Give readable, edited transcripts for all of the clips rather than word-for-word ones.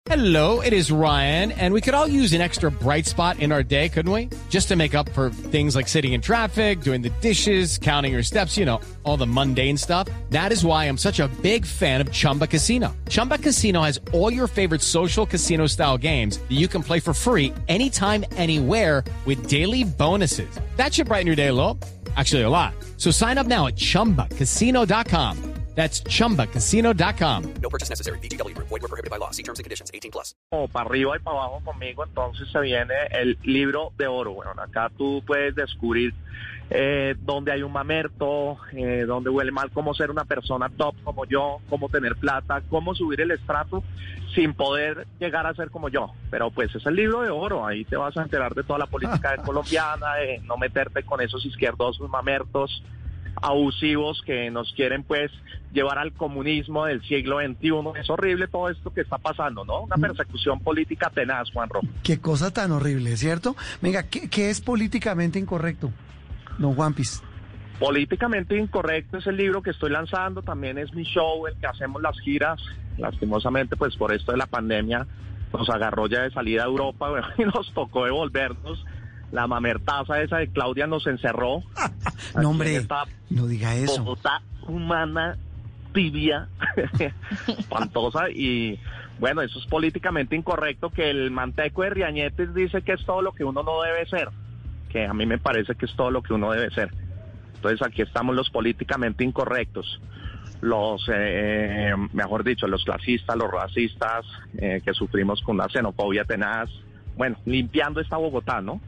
Hello, it is Ryan, and we could all use an extra bright spot in our day, couldn't we? Just to make up for things like sitting in traffic, doing the dishes, counting your steps, you know, all the mundane stuff. That is why I'm such a big fan of Chumba Casino. Chumba Casino has all your favorite social casino-style games that you can play for free anytime, anywhere with daily bonuses. That should brighten your day a little. Actually, a lot. So sign up now at ChumbaCasino.com. That's ChumbaCasino.com. No purchase necessary. VGW Group. Void where prohibited by law. See terms and conditions. 18+. Como para arriba y para abajo conmigo, entonces se viene el libro de oro. Bueno, acá tú puedes descubrir dónde hay un mamerto, dónde huele mal, cómo ser una persona top como yo, cómo tener plata, cómo subir el estrato sin poder llegar a ser como yo. Pero pues es el libro de oro, ahí te vas a enterar de toda la política colombiana, de no meterte con esos izquierdosos mamertos abusivos que nos quieren pues llevar al comunismo del siglo XXI. Es horrible todo esto que está pasando, ¿no? Una persecución política tenaz, Juanro. Qué cosa tan horrible, ¿cierto? Venga, ¿qué es políticamente incorrecto, don Juanpis? Políticamente incorrecto es el libro que estoy lanzando, también es mi show, el que hacemos las giras. Lastimosamente, pues por esto de la pandemia nos agarró ya de salida a Europa, bueno, y nos tocó devolvernos. La mamertaza esa de Claudia nos encerró. No, hombre, no diga eso. Bogotá humana, tibia, espantosa. Y bueno, eso es políticamente incorrecto, que el manteco de Riañetes dice que es todo lo que uno no debe ser, que a mí me parece que es todo lo que uno debe ser. Entonces aquí estamos los políticamente incorrectos, los, mejor dicho, los clasistas, los racistas, que sufrimos con una xenofobia tenaz. Bueno, limpiando esta Bogotá, ¿no?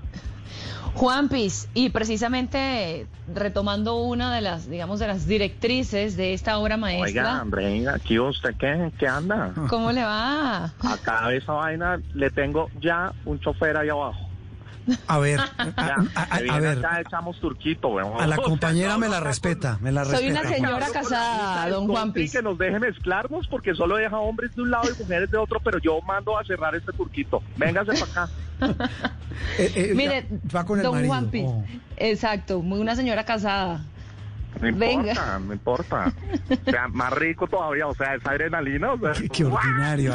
Juanpis, y precisamente retomando una de las, digamos, de las directrices de esta obra maestra. Oiga, Andrea, ¿aquí usted qué anda? ¿Cómo le va? A cada esa vaina le tengo ya un chofer ahí abajo. A ver, a ver. Acá echamos turquito, weón. A la compañera me la respeta, Soy una señora casada, don Juanpis. Que nos deje mezclarnos porque solo deja hombres de un lado y mujeres de otro, pero yo mando a cerrar este turquito. Véngase para acá. Mire, va con el don marido. Juanpis, exacto, una señora casada. No importa. O sea, más rico todavía, o sea, esa adrenalina. O sea, qué ordinario.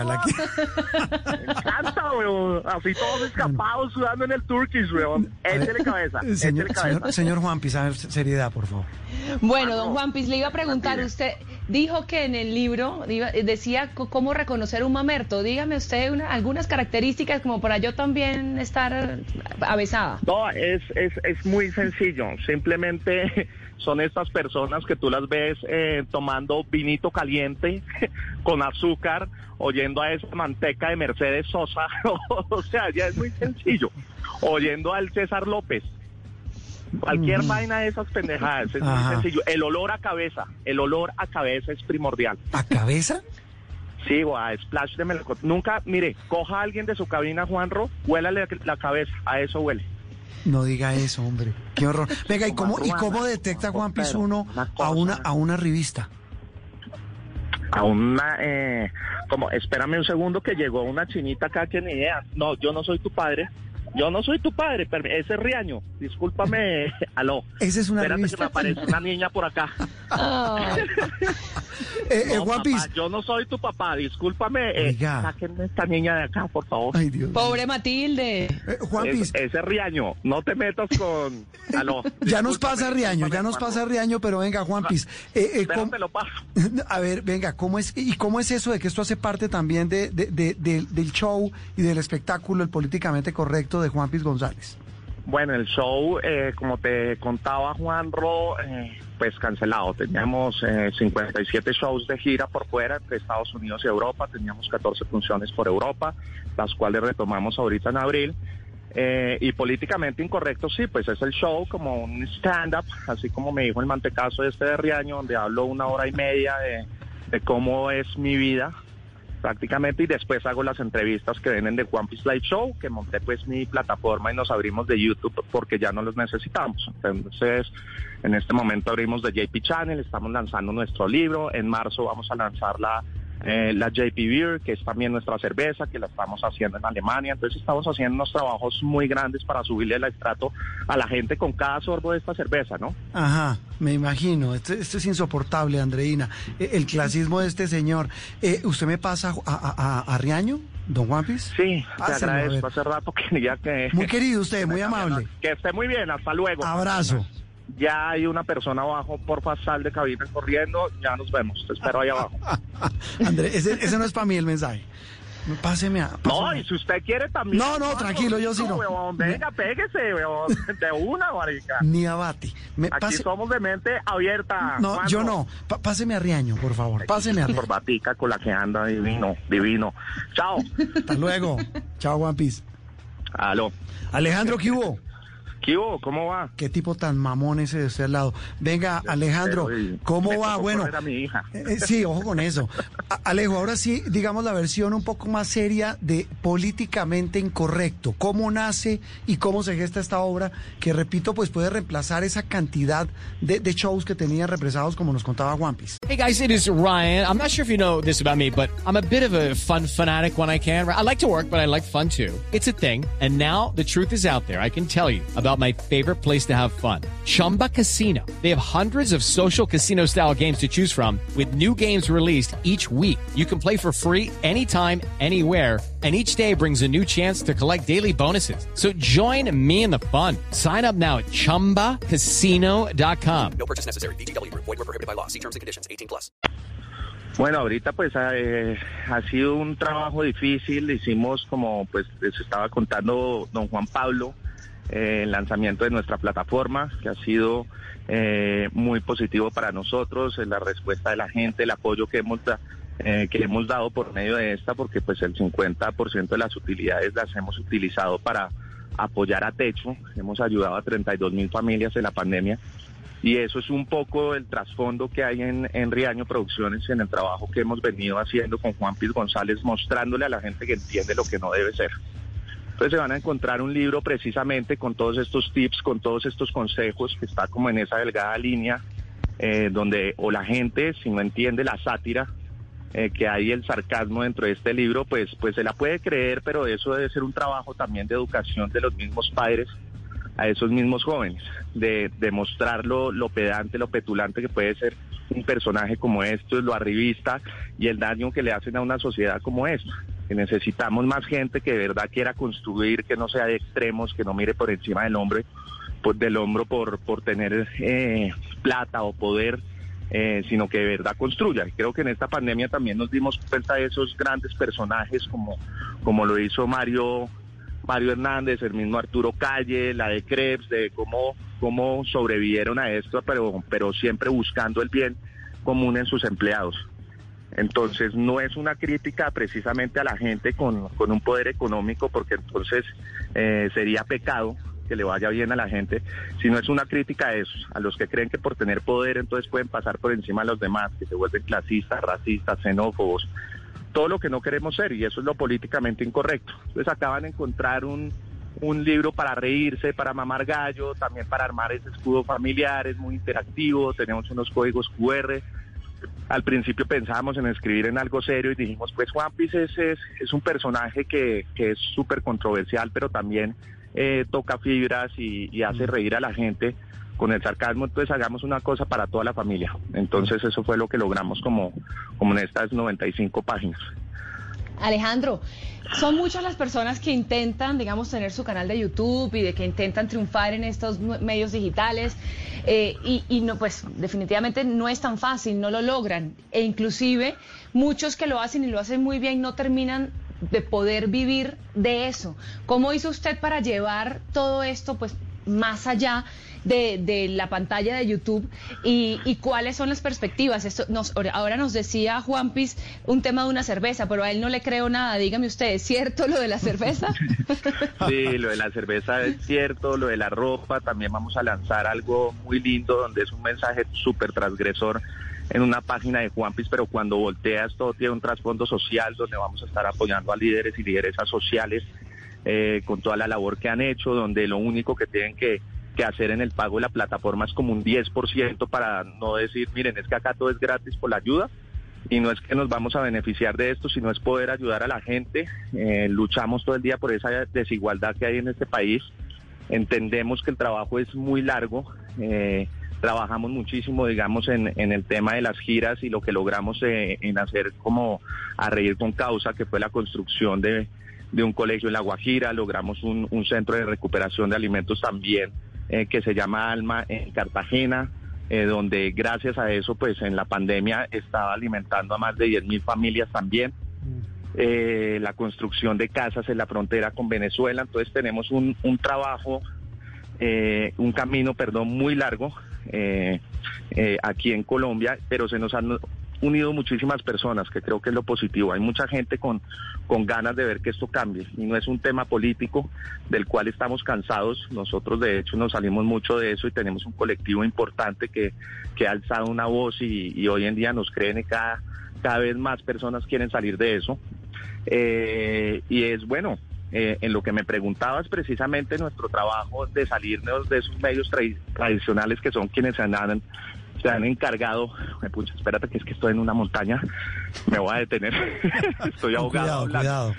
Me encanta, weón. Así todos escapados sudando en el Turkish, weón. Échele cabeza, Señor Juanpis, a ver, seriedad, por favor. Bueno, don Juanpis, le iba a preguntar, usted dijo que en el libro decía cómo reconocer un mamerto. Dígame usted algunas características como para yo también estar avesada. No, es muy sencillo. Simplemente son estas personas que tú las ves tomando vinito caliente con azúcar, oyendo a esa manteca de Mercedes Sosa. O sea, ya es muy sencillo. Oyendo al César López. Cualquier vaina de esas pendejadas, es muy sencillo. El olor a cabeza es primordial. ¿A cabeza? Sí, guau, splash de melocotón. Nunca, mire, coja a alguien de su cabina, Juanro, huélale la cabeza, a eso huele. No diga eso, hombre, qué horror. Venga, ¿y cómo detecta Juanpis uno a una revista? A una, espérame un segundo que llegó una chinita acá que ni idea. No, yo no soy tu padre, ese es Riaño, discúlpame, aló. Esa es una Espérate revista. que me aparece una niña por acá. Juanpis. Papá, yo no soy tu papá, discúlpame. Sáquenme esta niña de acá, por favor. Ay, Dios. Pobre Matilde. Juanpis. Ese Riaño, no te metas con... Aló. Ya nos pasa Riaño, pero venga, Juanpis. Espérate, lo paso. A ver, venga, ¿cómo es eso de que esto hace parte también del show y del espectáculo, el políticamente correcto de Juanpis González? Bueno, el show, como te contaba Juanro, pues cancelado. Teníamos 57 shows de gira por fuera, entre Estados Unidos y Europa. Teníamos 14 funciones por Europa, las cuales retomamos ahorita en abril. Y políticamente incorrecto, sí, pues es el show como un stand-up, así como me dijo el mantecazo de Riaño, donde hablo 1 hora y media de cómo es mi vida, prácticamente, y después hago las entrevistas que vienen de Juanpis Live Show, que monté pues mi plataforma y nos abrimos de YouTube porque ya no los necesitamos. Entonces, en este momento abrimos de JP Channel, estamos lanzando nuestro libro, en marzo vamos a lanzar la JP Beer, que es también nuestra cerveza, que la estamos haciendo en Alemania. Entonces estamos haciendo unos trabajos muy grandes para subirle el estrato a la gente con cada sorbo de esta cerveza, ¿no? Ajá, me imagino. Esto es insoportable, Andreina. El clasismo de este señor. ¿Usted me pasa a Riaño, don Juanpis? Sí, Páselo, te agradezco. Hace rato quería que... Muy querido usted, muy amable. Que esté muy bien, hasta luego. Abrazo. Ya hay una persona abajo, porfa, sal de cabina corriendo, ya nos vemos, te espero ahí abajo. André, ese no es para mí el mensaje. Páseme. No, y si usted quiere también. No, tranquilo, yo sí no. Huevón, venga, péguese, huevón, de una, marica. Ni abate. Aquí somos de mente abierta. No, Juanjo. yo no. Páseme a Riaño, por favor. Páseme a Riaño. Corbatica con la que anda, divino. Chao. Hasta luego. Chao, One Piece. Aló. Alejandro, ¿qué hubo? ¿Qué hubo? ¿Cómo va? Qué tipo tan mamón ese de usted al lado. Venga, Alejandro, ¿cómo va? Bueno, a mi hija. Sí, ojo con eso. Alejo, ahora sí, digamos la versión un poco más seria de Políticamente Incorrecto. ¿Cómo nace y cómo se gesta esta obra que, repito, pues puede reemplazar esa cantidad de shows que tenían represados, como nos contaba One Piece? Hey guys, it is Ryan. I'm not sure if you know this about me, but I'm a bit of a fun fanatic when I can. I like to work, but I like fun too. It's a thing. And now the truth is out there. I can tell you about my favorite place to have fun. Chumba Casino. They have hundreds of social casino style games to choose from with new games released each week. You can play for free anytime, anywhere. And each day brings a new chance to collect daily bonuses. So join me in the fun. Sign up now at ChumbaCasino.com. No purchase necessary. VGW Group. Void where prohibited by law. See terms and conditions. 18+. Bueno, ahorita pues ha sido un trabajo difícil. Hicimos, como pues les estaba contando don Juan Pablo, el lanzamiento de nuestra plataforma, que ha sido muy positivo para nosotros, la respuesta de la gente, el apoyo que hemos dado por medio de esta, porque pues el 50% de las utilidades las hemos utilizado para apoyar a Techo. Hemos ayudado a 32,000 familias en la pandemia, y eso es un poco el trasfondo que hay en Riaño Producciones, en el trabajo que hemos venido haciendo con Juan Piz González, mostrándole a la gente que entiende lo que no debe ser. Entonces se van a encontrar un libro precisamente con todos estos tips, con todos estos consejos, que está como en esa delgada línea, donde o la gente, si no entiende la sátira que hay, el sarcasmo dentro de este libro, pues se la puede creer, pero eso debe ser un trabajo también de educación de los mismos padres a esos mismos jóvenes, de mostrar lo pedante, lo petulante que puede ser un personaje como esto, lo arribista y el daño que le hacen a una sociedad como esta. Que necesitamos más gente que de verdad quiera construir, que no sea de extremos, que no mire por encima del hombro por tener plata o poder, sino que de verdad construya. Y creo que en esta pandemia también nos dimos cuenta de esos grandes personajes como lo hizo Mario Hernández, el mismo Arturo Calle, la de Krebs, de cómo sobrevivieron a esto, pero siempre buscando el bien común en sus empleados. Entonces no es una crítica precisamente a la gente con un poder económico, porque entonces sería pecado que le vaya bien a la gente, sino es una crítica a esos, a los que creen que por tener poder entonces pueden pasar por encima de los demás, que se vuelven clasistas, racistas, xenófobos, todo lo que no queremos ser, y eso es lo políticamente incorrecto. Entonces acaban de encontrar un libro para reírse, para mamar gallo, también para armar ese escudo familiar, es muy interactivo, tenemos unos códigos QR. Al principio pensábamos en escribir en algo serio y dijimos, pues Juan Piz es un personaje que es súper controversial, pero también toca fibras y hace reír a la gente con el sarcasmo, entonces hagamos una cosa para toda la familia. Entonces eso fue lo que logramos como en estas 95 páginas. Alejandro, son muchas las personas que intentan, digamos, tener su canal de YouTube y de que intentan triunfar en estos medios digitales y no, pues definitivamente no es tan fácil, no lo logran, e inclusive muchos que lo hacen y lo hacen muy bien no terminan de poder vivir de eso. ¿Cómo hizo usted para llevar todo esto pues más allá de la pantalla de YouTube y cuáles son las perspectivas? Ahora nos decía Juan Piz un tema de una cerveza, pero a él no le creo nada. Dígame usted, ¿es cierto lo de la cerveza? Sí, lo de la cerveza es cierto, lo de la ropa, también vamos a lanzar algo muy lindo donde es un mensaje súper transgresor en una página de Juan Piz, pero cuando volteas todo tiene un trasfondo social donde vamos a estar apoyando a líderes y lideresas sociales con toda la labor que han hecho, donde lo único que tienen que hacer en el pago de la plataforma es como un 10% para no decir, miren, es que acá todo es gratis por la ayuda, y no es que nos vamos a beneficiar de esto, sino es poder ayudar a la gente. Luchamos todo el día por esa desigualdad que hay en este país. Entendemos que el trabajo es muy largo. Trabajamos muchísimo, digamos, en el tema de las giras, y lo que logramos en hacer como a reír con causa, que fue la construcción de un colegio en La Guajira. Logramos un centro de recuperación de alimentos también, que se llama Alma, en Cartagena, donde gracias a eso, pues en la pandemia estaba alimentando a más de 10,000 familias también. La construcción de casas en la frontera con Venezuela. Entonces tenemos un camino muy largo aquí en Colombia, pero se nos han unido muchísimas personas, que creo que es lo positivo. Hay mucha gente con ganas de ver que esto cambie, y no es un tema político del cual estamos cansados. Nosotros de hecho nos salimos mucho de eso, y tenemos un colectivo importante que ha alzado una voz, y hoy en día nos creen, y cada vez más personas quieren salir de eso. Y es bueno, en lo que me preguntabas, precisamente nuestro trabajo de salirnos de esos medios tradicionales, que son quienes se han encargado. Pucha, espérate, que es que estoy en una montaña, me voy a detener. Estoy ahogado. Cuidado.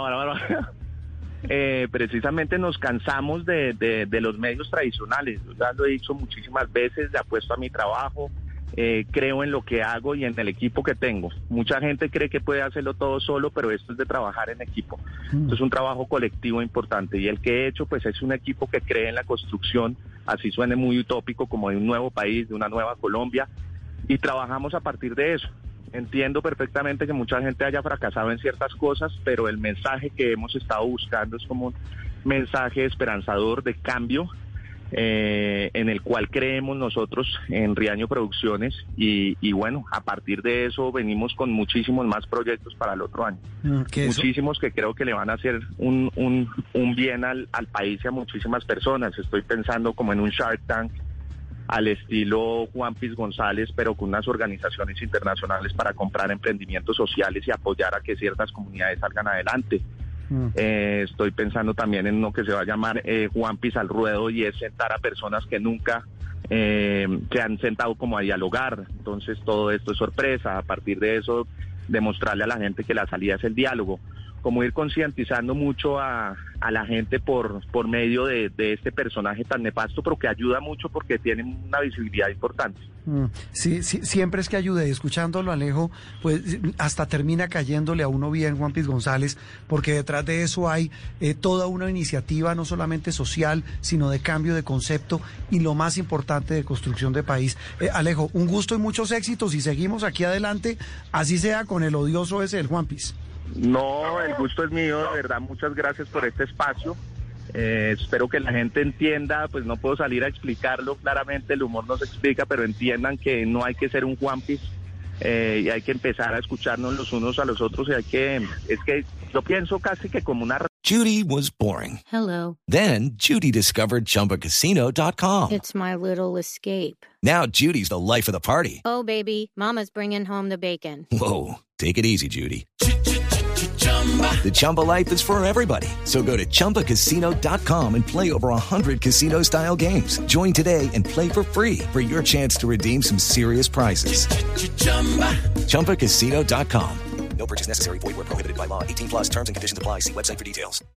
Precisamente nos cansamos de los medios tradicionales. Yo ya lo he dicho muchísimas veces, le apuesto a mi trabajo. Creo en lo que hago y en el equipo que tengo. Mucha gente cree que puede hacerlo todo solo, pero esto es de trabajar en equipo. Esto es un trabajo colectivo importante, y el que he hecho pues es un equipo que cree en la construcción, así suene muy utópico, como de un nuevo país, de una nueva Colombia, y trabajamos a partir de eso. Entiendo perfectamente que mucha gente haya fracasado en ciertas cosas, pero el mensaje que hemos estado buscando es como un mensaje esperanzador de cambio, en el cual creemos nosotros en Riaño Producciones, y bueno, a partir de eso venimos con muchísimos más proyectos para el otro año. Muchísimos que creo que le van a hacer un bien al país y a muchísimas personas. Estoy pensando como en un Shark Tank al estilo Juan Piz González, pero con unas organizaciones internacionales para comprar emprendimientos sociales y apoyar a que ciertas comunidades salgan adelante. Estoy pensando también en uno que se va a llamar Juan Piz al Ruedo, y es sentar a personas que nunca se han sentado como a dialogar. Entonces todo esto es sorpresa. A partir de eso, demostrarle a la gente que la salida es el diálogo. Como ir concientizando mucho a la gente por medio de este personaje tan nefasto, pero que ayuda mucho porque tiene una visibilidad importante. Sí, siempre es que ayude. Escuchándolo, Alejo, pues hasta termina cayéndole a uno bien Juan Piz González, porque detrás de eso hay toda una iniciativa, no solamente social, sino de cambio de concepto, y lo más importante, de construcción de país. Alejo, un gusto y muchos éxitos, y seguimos aquí adelante, así sea con el odioso ese del Juan Piz. No, el gusto es mío, de verdad, muchas gracias por este espacio. Espero que la gente entienda, pues no puedo salir a explicarlo claramente, el humor no se explica, pero entiendan que no hay que ser un Juan Piz, y hay que empezar a escucharnos los unos a los otros, y es que yo pienso casi que como una... Judy was boring. Hello. Then Judy discovered ChumbaCasino.com. It's my little escape. Now Judy's the life of the party. Oh, baby, mama's bringing home the bacon. Whoa, take it easy, Judy. The Chumba life is for everybody. So go to ChumbaCasino.com and play over 100 casino-style games. Join today and play for free for your chance to redeem some serious prizes. ChumbaCasino.com. No purchase necessary. Void where prohibited by law. 18+ terms and conditions apply. See website for details.